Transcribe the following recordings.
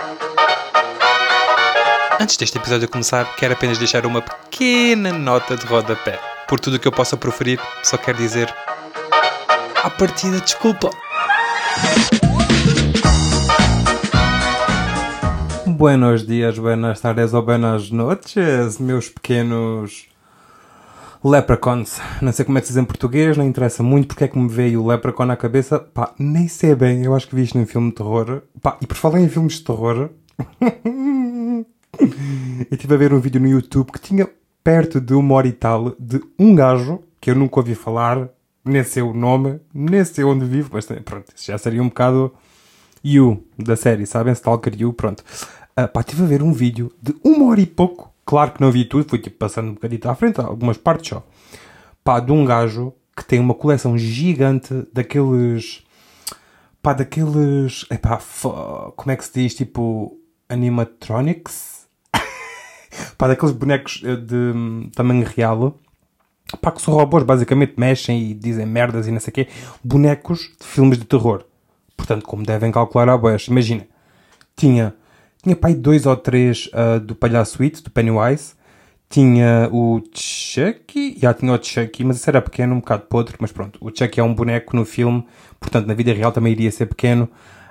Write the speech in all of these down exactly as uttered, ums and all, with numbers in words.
Antes deste episódio começar, quero apenas deixar uma pequena nota de rodapé. Por tudo o que eu possa proferir, só quero dizer... à partida, desculpa. Buenos dias, buenas tardes ou buenas noches, meus pequenos... leprechauns. Não sei como é que se diz em português, não interessa muito porque é que me veio o leprechaun na cabeça. Pá, nem sei bem, eu acho que vi isto num filme de terror. Pá, e por falar em filmes de terror... eu estive a ver um vídeo no YouTube que tinha perto de uma hora e tal de um gajo que eu nunca ouvi falar, nem sei o nome, nem sei onde vivo, mas pronto, isso já seria um bocado You da série, sabem? Stalker You, pronto. Uh, pá, estive a ver um vídeo de uma hora e pouco, claro que não vi tudo, fui tipo passando um bocadinho à frente, algumas partes só. Pá, de um gajo que tem uma coleção gigante daqueles, pá, daqueles, epá, como é que se diz, tipo, animatronics? Pá, daqueles bonecos de tamanho real, pá, que são robôs, basicamente mexem e dizem merdas e não sei o quê. Bonecos de filmes de terror. Portanto, como devem calcular à boia. Imagina, tinha, tinha pá, dois ou três uh, do Palhaço It, do Pennywise. Tinha o Chucky, já tinha o Chucky, mas esse era pequeno, um bocado podre, mas pronto. O Chucky é um boneco no filme, portanto, na vida real também iria ser pequeno.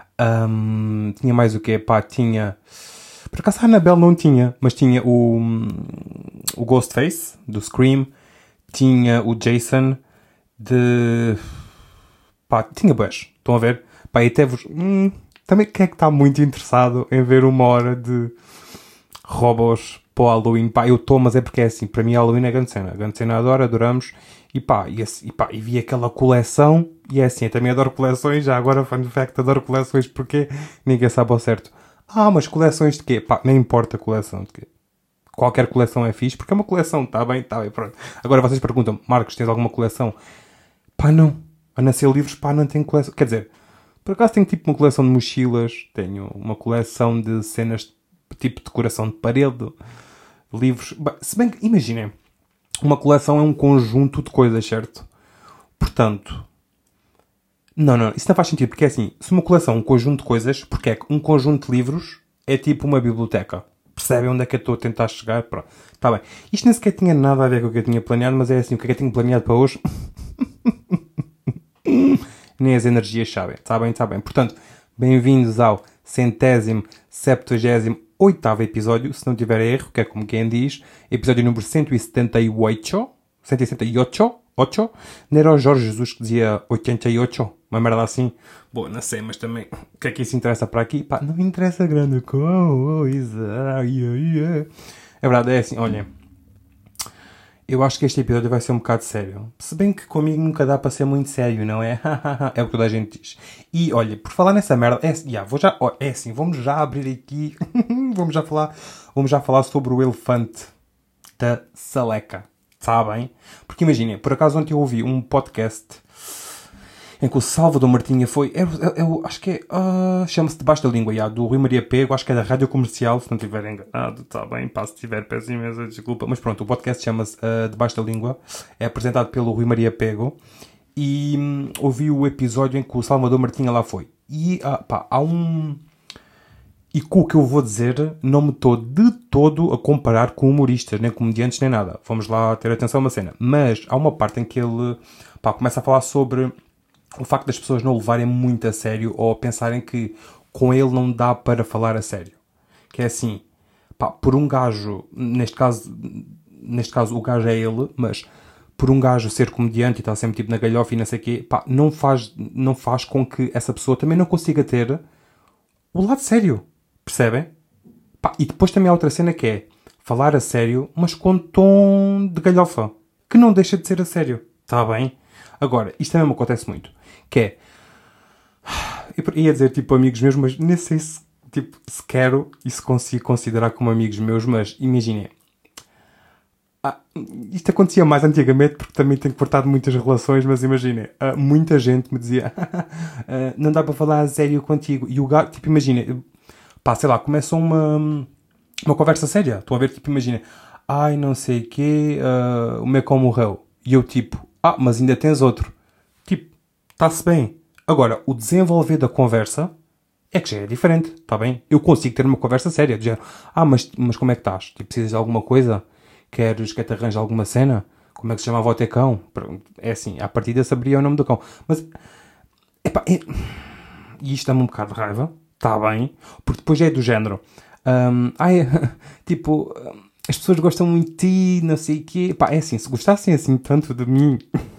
Um, tinha mais o quê? Pá, tinha... Por acaso a Annabelle não tinha, mas tinha o, o Ghostface, do Scream, tinha o Jason, de... Pá, tinha bués, estão a ver? Pá, e até vos... Hum, também quem é que está muito interessado em ver uma hora de robôs para o Halloween? Pá, eu estou, mas é porque é assim, para mim Halloween é grande cena, a grande cena adoro, adoramos, e pá, e, e pá, e vi aquela coleção, e é assim, eu também adoro coleções, já agora, fun fact, adoro coleções, porque ninguém sabe ao certo. Ah, mas coleções de quê? Pá, nem importa a coleção de quê. Qualquer coleção é fixe, porque é uma coleção, está bem, está bem, pronto. Agora vocês perguntam, Marcos, tens alguma coleção? Pá, não. A nascer livros, pá, não tenho coleção. Quer dizer, por acaso tenho tipo uma coleção de mochilas, tenho uma coleção de cenas, tipo decoração de parede, livros. Bah, se bem que, imaginem, uma coleção é um conjunto de coisas, certo? Portanto... Não, não, isso não faz sentido, porque é assim, se uma coleção é um conjunto de coisas, porque é que um conjunto de livros é tipo uma biblioteca. Percebem onde é que eu estou a tentar chegar? Pronto, está bem. Isto nem sequer tinha nada a ver com o que eu tinha planeado, mas é assim, o que é que eu tinha planeado para hoje? Nem as energias sabem, está bem, está bem. Portanto, bem-vindos ao centésimo, septuagésimo, oitavo episódio, se não tiver erro, que é como quem diz, episódio número cento e setenta e oito, cento e setenta e oito, oito, não era o Jorge Jesus que dizia oitenta e oito, uma merda assim. Bom, não sei, mas também, o que é que isso interessa para aqui? Pá, não interessa grande coisa. É verdade, é assim, olha, eu acho que este episódio vai ser um bocado sério. Se bem que comigo nunca dá para ser muito sério, não é? É o que toda a gente diz. E, olha, por falar nessa merda, é assim, yeah, vou já, oh, é assim, vamos já abrir aqui, vamos já falar, vamos já falar sobre o elefante da Saleca. Sabem? Porque imaginem, por acaso ontem eu ouvi um podcast em que o Salvador Martinha foi, eu, eu, eu acho que é, uh, chama-se Debaixo da Língua, já, do Rui Maria Pego, acho que é da Rádio Comercial, se não estiver enganado, está bem, pá, se tiver, peço imensa desculpa, mas pronto, o podcast chama-se uh, Debaixo da Língua, é apresentado pelo Rui Maria Pego, e um, ouvi o episódio em que o Salvador Martinha lá foi, e uh, pá, há um... E com o que eu vou dizer, não me estou de todo a comparar com humoristas, nem comediantes, nem nada. Vamos lá ter atenção a uma cena. Mas há uma parte em que ele pá, começa a falar sobre o facto das pessoas não levarem muito a sério ou pensarem que com ele não dá para falar a sério. Que é assim, pá, por um gajo, neste caso, neste caso o gajo é ele, mas por um gajo ser comediante e estar sempre tipo na galhofa e não sei o quê, pá, não faz, não faz com que essa pessoa também não consiga ter o lado sério. Percebem? Pá, e depois também há outra cena que é falar a sério, mas com tom de galhofa. Que não deixa de ser a sério. Está bem? Agora, isto também me acontece muito. Que é... Eu ia dizer tipo amigos meus, mas nem sei se, tipo, se quero e se consigo considerar como amigos meus, mas imaginem. Ah, isto acontecia mais antigamente porque também tenho cortado muitas relações, mas imaginem. Ah, muita gente me dizia ah, não dá para falar a sério contigo. E o gato, tipo, imaginem... Pá, sei lá, começa uma, uma conversa séria. Estão a ver, tipo, imagina. Ai, não sei o quê, uh, o meu cão morreu. E eu, tipo, ah, mas ainda tens outro. Tipo, está-se bem. Agora, o desenvolver da conversa é que já é diferente, está bem? Eu consigo ter uma conversa séria, de género, ah, mas, mas como é que estás? Tipo, precisas de alguma coisa? Queres que eu te arranje alguma cena? Como é que se chamava o teu cão? É assim, à partida saberia o nome do cão. Mas, epá, é... e isto dá-me um bocado de raiva, está bem? Porque depois é do género, um, ai, tipo, as pessoas gostam muito de ti, não sei o quê. Pá, é assim, se gostassem assim tanto de mim...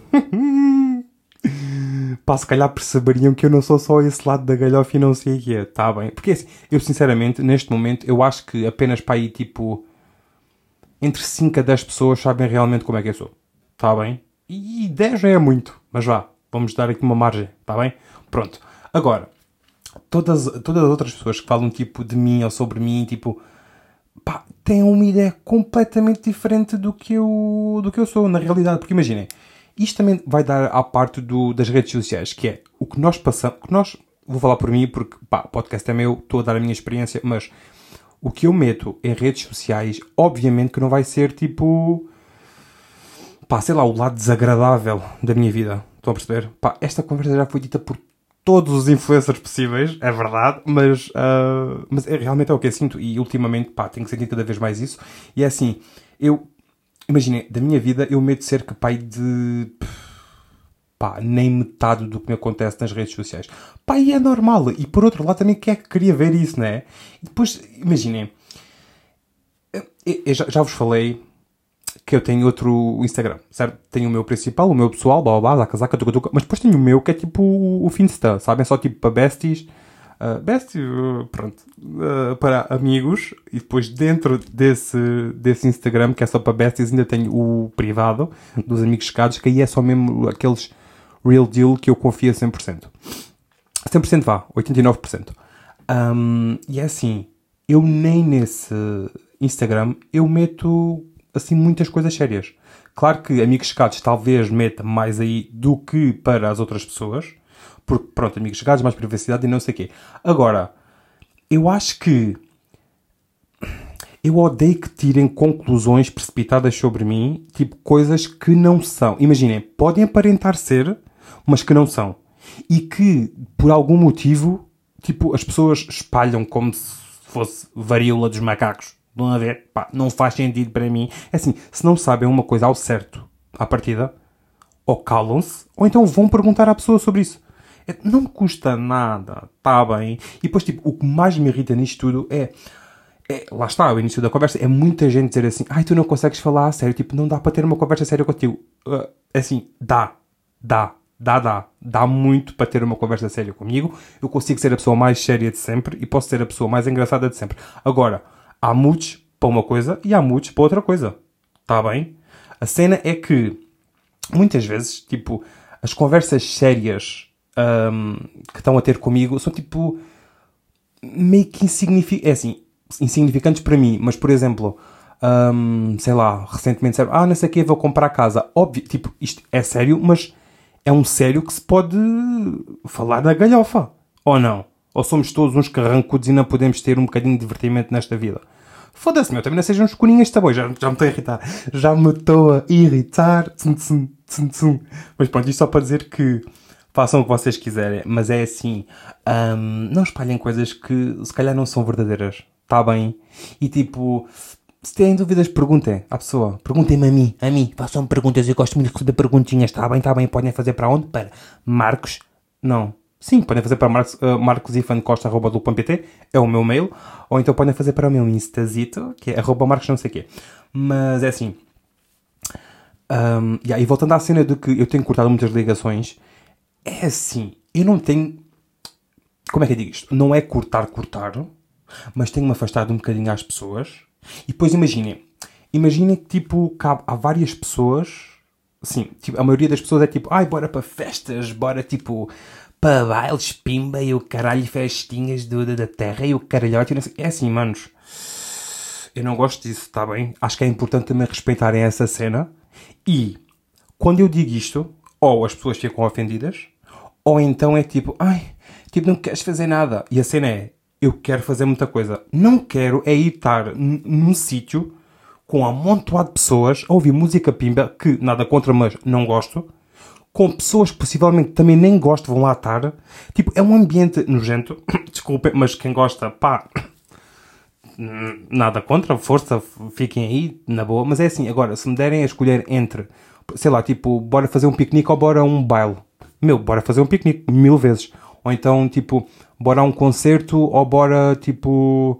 Pá, se calhar perceberiam que eu não sou só esse lado da galhofa e não sei o que é, tá bem? Porque assim, eu sinceramente, neste momento, eu acho que apenas para aí, tipo, entre cinco a dez pessoas sabem realmente como é que eu sou, tá bem? E dez já é muito, mas vá, vamos dar aqui uma margem, tá bem? Pronto. Agora, todas, todas as outras pessoas que falam, tipo, de mim ou sobre mim, tipo, pá, têm uma ideia completamente diferente do que eu, do que eu sou, na realidade. Porque imaginem, isto também vai dar à parte do, das redes sociais, que é o que nós passamos, que nós, vou falar por mim, porque, pá, o podcast é meu, estou a dar a minha experiência, mas o que eu meto em redes sociais, obviamente que não vai ser, tipo, pá, sei lá, o lado desagradável da minha vida. Estão a perceber? Pá, esta conversa já foi dita por todos os influencers possíveis, é verdade, mas, uh, mas é, realmente é o que eu sinto, e ultimamente, pá, tenho sentido cada vez mais isso, e é assim, eu... Imaginem, da minha vida eu meto cerca, pá, de... Pá, nem metade do que me acontece nas redes sociais. Pá, e é normal. E por outro lado também, quem é que queria ver isso, não é? E depois, imaginem. Eu, eu já, já vos falei que eu tenho outro Instagram, certo? Tenho o meu principal, o meu pessoal, blá blá blá, casaca, tuca, tuca. Mas depois tenho o meu que é tipo o, o Finsta, sabem? Só tipo para besties. Uh, best, uh, pronto, uh, para amigos, e depois dentro desse, desse Instagram, que é só para besties, ainda tenho o privado dos amigos chegados, que aí é só mesmo aqueles real deal que eu confio a cem por cento. cem por cento vá, oitenta e nove por cento. Um, e é assim, eu nem nesse Instagram eu meto assim muitas coisas sérias. Claro que amigos chegados talvez meta mais aí do que para as outras pessoas, porque, pronto, amigos chegados, mais privacidade e não sei o quê. Agora, eu acho que... Eu odeio que tirem conclusões precipitadas sobre mim, tipo, coisas que não são. Imaginem, podem aparentar ser, mas que não são. E que, por algum motivo, tipo, as pessoas espalham como se fosse varíola dos macacos. Estão a ver? Pá, não faz sentido para mim. É assim, se não sabem uma coisa ao certo, à partida, ou calam-se, ou então vão perguntar à pessoa sobre isso. Não me custa nada, está bem? E depois, tipo, o que mais me irrita nisto tudo é, é... Lá está, o início da conversa, é muita gente dizer assim, ai, tu não consegues falar a sério, tipo, não dá para ter uma conversa séria contigo. Uh, assim, dá, dá, dá, dá. Dá muito para ter uma conversa séria comigo. Eu consigo ser a pessoa mais séria de sempre e posso ser a pessoa mais engraçada de sempre. Agora, há muitos para uma coisa e há muitos para outra coisa. Está bem? A cena é que, muitas vezes, tipo, as conversas sérias... Um, que estão a ter comigo são tipo meio que insignificantes, é assim, insignificantes para mim, mas por exemplo, um, sei lá, recentemente disseram, ah, não sei o que, vou comprar casa. Óbvio, tipo, isto é sério, mas é um sério que se pode falar na galhofa, ou não? Ou somos todos uns carrancudos e não podemos ter um bocadinho de divertimento nesta vida? Foda-se, meu, também não sejam uns coninhas de já, já me estou a irritar, já me estou a irritar, tsum, tsum, tsum, tsum. Mas pronto, isto só para dizer que façam o que vocês quiserem, mas é assim, um, não espalhem coisas que se calhar não são verdadeiras, está bem? E tipo, se têm dúvidas, perguntem à pessoa, perguntem-me a mim, a mim, façam perguntas, eu gosto muito de receber perguntinhas, está bem, está bem, podem fazer para onde? Para Marcos, não, sim, podem fazer para marcos, uh, marcosifancosta arroba duplo ponto pt, é o meu mail, ou então podem fazer para o meu instazito, que é arroba marcos não sei o quê, mas é assim, um, yeah, e voltando à cena de que eu tenho cortado muitas ligações, é assim, eu não tenho... Como é que eu digo isto? Não é cortar, cortar, mas tenho-me afastado um bocadinho às pessoas. E depois imaginem, imaginem que tipo, há, há várias pessoas, assim, tipo, a maioria das pessoas é tipo, ai, bora para festas, bora tipo, para bailes, pimba, e o caralho, festinhas do, da terra, e o caralhote, e não sei. É assim, manos, eu não gosto disso, está bem? Acho que é importante também respeitarem essa cena. E, quando eu digo isto, ou as pessoas ficam ofendidas, ou então é tipo, ai, tipo, não queres fazer nada. E a cena é, eu quero fazer muita coisa. Não quero é ir estar n- num sítio com um amontoado de pessoas a ouvir música pimba, que nada contra, mas não gosto, com pessoas que possivelmente também nem gosto, vão lá estar. Tipo, é um ambiente nojento. desculpem, mas quem gosta, pá, nada contra, força, fiquem aí, na boa. Mas é assim, agora, se me derem a escolher entre, sei lá, tipo, bora fazer um piquenique ou bora um baile. Meu, bora fazer um piquenique, mil vezes. Ou então, tipo, bora a um concerto ou bora, tipo,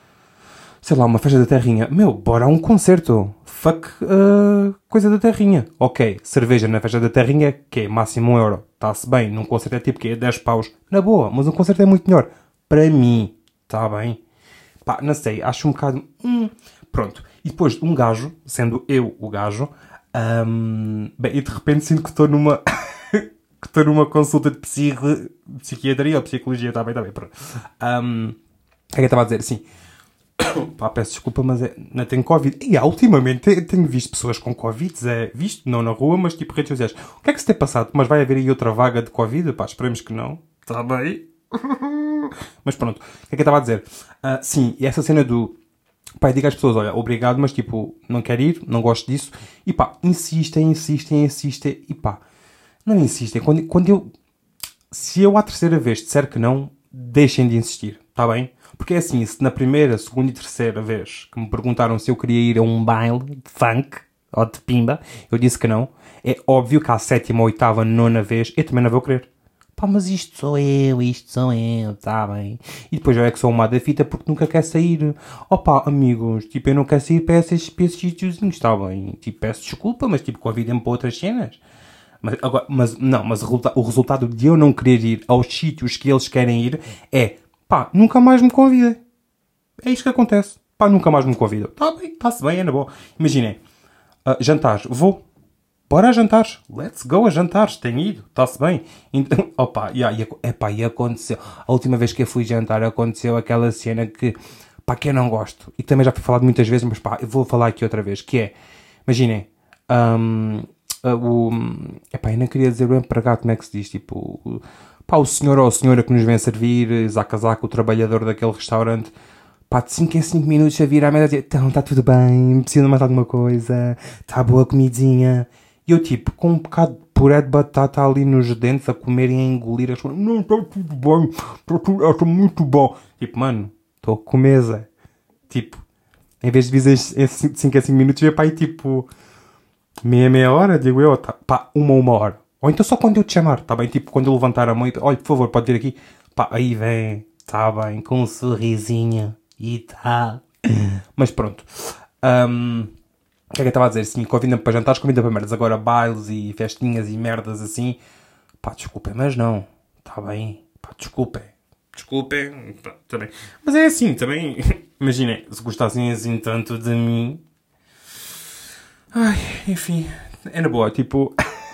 sei lá, uma festa da terrinha. Meu, bora a um concerto. Fuck uh, coisa da terrinha. Ok, cerveja na festa da terrinha, que é máximo um euro. Está-se bem. Num concerto é tipo que é dez paus. Na boa, mas um concerto é muito melhor. Para mim. Está bem? Pá, não sei, acho um bocado... Hum, pronto. E depois, um gajo, sendo eu o gajo, um, bem, e de repente sinto que estou numa... que estou numa consulta de psico... psiquiatria ou psicologia, está bem, está bem, pronto. Um, o que é que eu estava a dizer? Assim, pá, peço desculpa, mas é, não tenho Covid. E ah, ultimamente tenho visto pessoas com Covid, é visto, não na rua, mas tipo redes sociais. O que é que se tem passado? Mas vai haver aí outra vaga de Covid? Pá, esperemos que não. Está bem? Mas pronto, o que é que eu estava a dizer? Uh, sim, e essa cena do... Pá, diga às pessoas, olha, obrigado, mas tipo, não quero ir, não gosto disso. E pá, insistem, insistem, insistem. E pá, não insistem. Quando, quando eu... Se eu à terceira vez disser que não, deixem de insistir, está bem? Porque é assim, se na primeira, segunda e terceira vez que me perguntaram se eu queria ir a um baile de funk ou de pimba, eu disse que não. É óbvio que à sétima, oitava, nona vez, eu também não vou querer. Pá, mas isto sou eu, isto sou eu, tá bem. E depois eu é que sou uma da fita porque nunca quer sair. Oh pá, amigos, tipo, eu não quero sair para esses, para esses sítiozinhos, tá bem. Tipo, peço desculpa, mas tipo, convidem-me para outras cenas. Mas, agora, mas não, mas o, resulta, o resultado de eu não querer ir aos sítios que eles querem ir é, pá, nunca mais me convidem. É isto que acontece. Pá, nunca mais me convidam. Tá bem, está-se bem, é na boa. Imaginem, uh, jantares, vou. Bora a jantares. Let's go a jantares. Tenho ido. Está-se bem. Então, opa, yeah, e, epá, e aconteceu. A última vez que eu fui jantar aconteceu aquela cena que, pá, que eu não gosto. E também já fui falado muitas vezes, mas pá, eu vou falar aqui outra vez. Que é, imaginem, um, uh, o... Epá, eu não queria dizer o empregado, como é que se diz? Tipo, o, pá, o senhor ou a senhora que nos vem servir, zaca zaca, o trabalhador daquele restaurante, pá, de cinco em cinco minutos a vir à mesa e dizer, então, está tudo bem, precisa de mais alguma coisa, está boa a comidinha. E eu, tipo, com um bocado de puré de batata ali nos dentes, a comer e a engolir, as coisas, não, está tudo bem, está tudo, está muito bom. Tipo, mano, estou com mesa. Tipo, em vez de dizer cinco a cinco minutos, eu ia para aí, tipo, meia, meia hora, digo eu, tá, pá, uma, uma hora. Ou então só quando eu te chamar, tá bem? Tipo, quando eu levantar a mão e, olha, por favor, pode vir aqui. Pá, aí vem, tá bem, com um sorrisinho e tal. Mas pronto. Um, o que é que eu estava a dizer? Sim, convida-me para jantares, convida para merdas. Agora, bailes e festinhas e merdas assim. Pá, desculpem, mas não. Tá bem. Pá, desculpem. Desculpem. Pá, também. Mas é assim, também. Imaginem, se gostassem assim tanto de mim. Ai, enfim. É na boa, tipo.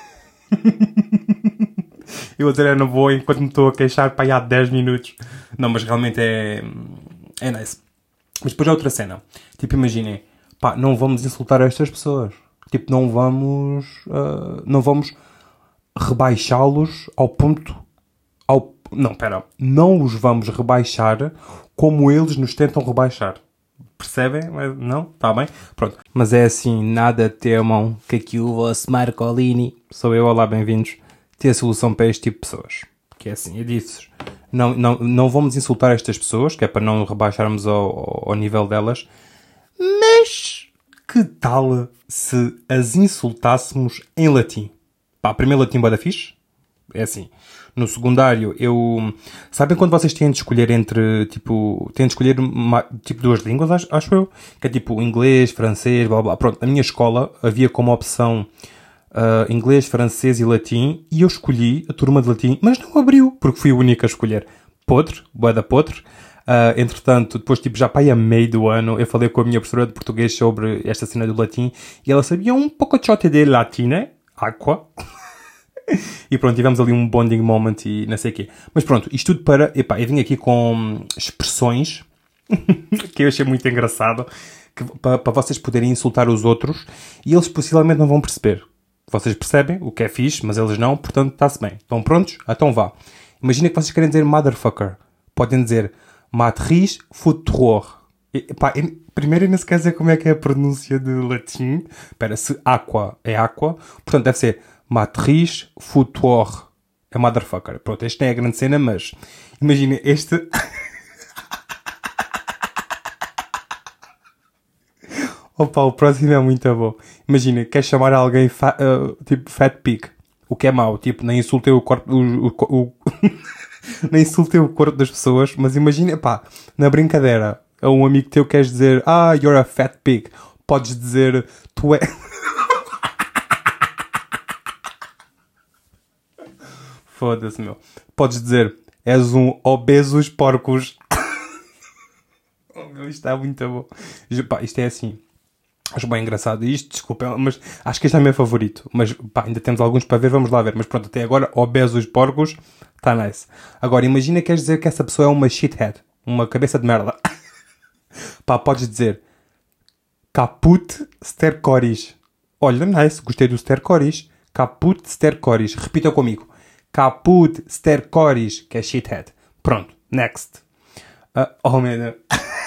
Eu vou dizer é na boa enquanto me estou a queixar para aí há dez minutos. Não, mas realmente é. É nice. Mas depois há outra cena. Tipo, imaginem. Pá, não vamos insultar estas pessoas. Tipo, não vamos... Uh, não vamos rebaixá-los ao ponto... Ao, não, pera. Não os vamos rebaixar como eles nos tentam rebaixar. Percebem? Não? Tá bem? Pronto. Mas é assim, nada temam que aqui o vosso Marcolini, sou eu, olá, bem-vindos, tem a solução para este tipo de pessoas. Que é assim, eu disse não, não, não vamos insultar estas pessoas, que é para não rebaixarmos ao, ao nível delas. Mas que tal se as insultássemos em latim? Pá, primeiro latim bué da fixe. É assim, no secundário eu... Sabem quando vocês têm de escolher entre, tipo... Têm de escolher, uma, tipo, duas línguas, acho, acho eu. Que é tipo inglês, francês, blá blá. Pronto, na minha escola havia como opção uh, inglês, francês e latim. E eu escolhi a turma de latim, mas não abriu, porque fui o único a escolher. Podre, bué da podre. Uh, entretanto, depois, tipo, já para aí a meio do ano, eu falei com a minha professora de português sobre esta cena do latim e ela sabia um pouco de latim, né? Aqua. E pronto, tivemos ali um bonding moment e não sei o quê. Mas pronto, isto tudo para... Epá, eu vim aqui com expressões que eu achei muito engraçado que, para, para vocês poderem insultar os outros e eles possivelmente não vão perceber. Vocês percebem o que é fixe, mas eles não, portanto está-se bem. Estão prontos? Então vá. Imagina que vocês querem dizer motherfucker. Podem dizer matriz futur. Epá, eu, primeiro eu não se quer dizer como é que é a pronúncia de latim. Espera, se aqua é aqua, portanto deve ser matriz futur. É motherfucker. Pronto, esta é a grande cena, mas Imagina, este... Opa, o próximo é muito bom. Imagina, queres chamar alguém fa uh, tipo fat pig, o que é mau, tipo, nem insultei o corpo, o, o, o nem insultei o corpo das pessoas, mas imagina, pá, na brincadeira, a um amigo teu queres dizer, ah, you're a fat pig, podes dizer, tu é... Foda-se, meu. Podes dizer, és um obesos porcos. Oh, meu, isto é muito bom. Pá, isto é assim. Acho bem engraçado isto, desculpem, mas acho que este é o meu favorito. Mas pá, ainda temos alguns para ver, vamos lá ver. Mas pronto, até agora, obesos porcos, está nice. Agora, imagina que queres dizer que essa pessoa é uma shithead, uma cabeça de merda. Pá, podes dizer caput stercoris. Olha, nice, gostei do stercoris. Caput stercoris. Repita comigo. Caput stercoris, que é shithead. Pronto, next. Uh, oh, meu Deus.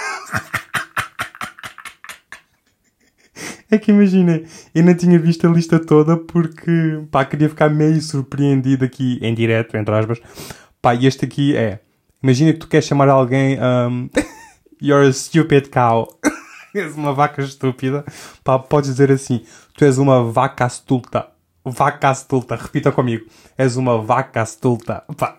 É que imagina, eu não tinha visto a lista toda porque, pá, queria ficar meio surpreendido aqui, em direto, entre aspas. Pá, e este aqui é, imagina que tu queres chamar alguém, um, you're a stupid cow. És uma vaca estúpida. Pá, podes dizer assim, tu és uma vaca astulta. Vaca astulta, repita comigo. És uma vaca astulta. Pá.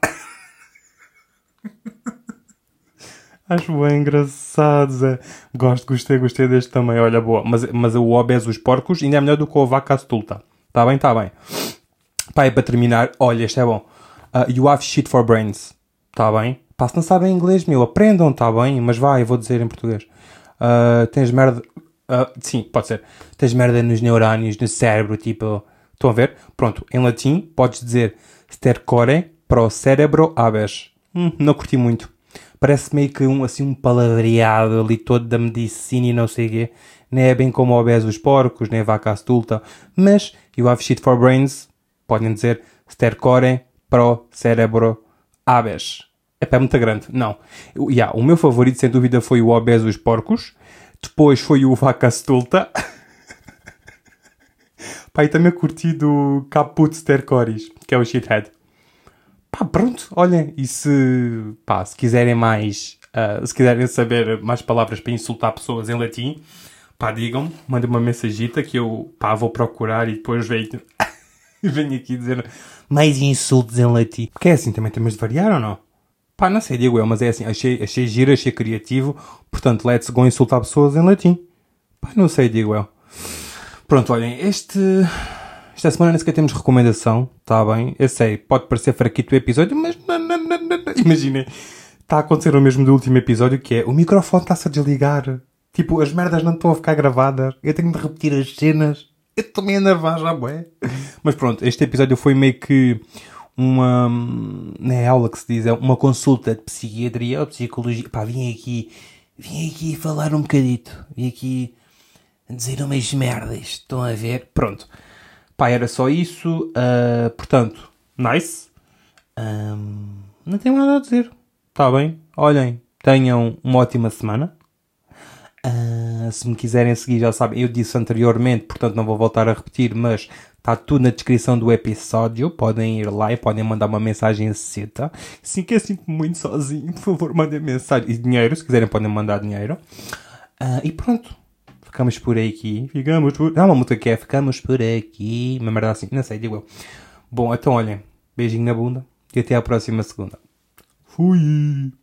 Acho bem engraçado, Zé. Gosto, gostei, gostei deste também. Olha, boa. Mas, mas o obeso os porcos ainda é melhor do que o vaca astulta. Tá bem, tá bem. Pá, e para terminar, olha, este é bom. Uh, you have shit for brains. Tá bem? Pá, se não sabem inglês, meu, aprendam, tá bem? Mas vai, eu vou dizer em português. Uh, tens merda... Uh, sim, pode ser. Tens merda nos neurónios, no cérebro, tipo... Estão a ver? Pronto, em latim, podes dizer stercore pro cérebro habes. Hum, não curti muito. Parece meio que um, assim, um palavreado ali todo da medicina e não sei o quê. Nem é bem como obeso os porcos, nem a vaca astulta. Mas, you have shit for brains, podem dizer stercore pro cérebro habes. É pá, muito grande. Não. Yeah, o meu favorito, sem dúvida, foi o obeso os porcos. Depois foi o vaca astulta. Pá, e também curti do Caput Stercoris, que é o shithead. Pá, pronto, olhem, e se, pá, se quiserem mais, uh, se quiserem saber mais palavras para insultar pessoas em latim, pá, digam-me, mandem uma mensagita que eu, pá, vou procurar e depois venho, venho aqui dizer mais insultos em latim. Porque é assim, também temos de variar ou não? Pá, não sei, digo eu, mas é assim, achei, achei giro, achei criativo, portanto, let's go insultar pessoas em latim. Pá, não sei, digo eu. Pronto, olhem, este... Esta semana nem sequer temos recomendação, está bem? Eu sei, pode parecer fraquito o episódio, mas... Imaginem, está a acontecer o mesmo do último episódio, que é o microfone está-se a desligar. Tipo, as merdas não estão a ficar gravadas. Eu tenho de repetir as cenas. Eu estou meio nervoso já, bué. Mas pronto, este episódio foi meio que uma... Não é aula que se diz, é uma consulta de psiquiatria ou psicologia. Pá, vim aqui... Vim aqui falar um bocadito. Vim aqui... dizer umas merdas, estão a ver? Pronto. Pá, era só isso. Uh, portanto, nice. Um, não tenho nada a dizer. Está bem? Olhem, tenham uma ótima semana. Uh, se me quiserem seguir, já sabem, eu disse anteriormente, portanto não vou voltar a repetir, mas está tudo na descrição do episódio. Podem ir lá e podem mandar uma mensagem seta. Se quer sinto muito sozinho, por favor, mandem mensagem. E dinheiro, se quiserem podem mandar dinheiro. Uh, e pronto. Ficamos por aqui. Ficamos por... Há uma música que é Ficamos por aqui. Uma merda assim. Não sei, digo eu. Bom, então olhem. Beijinho na bunda. E até à próxima segunda. Fui.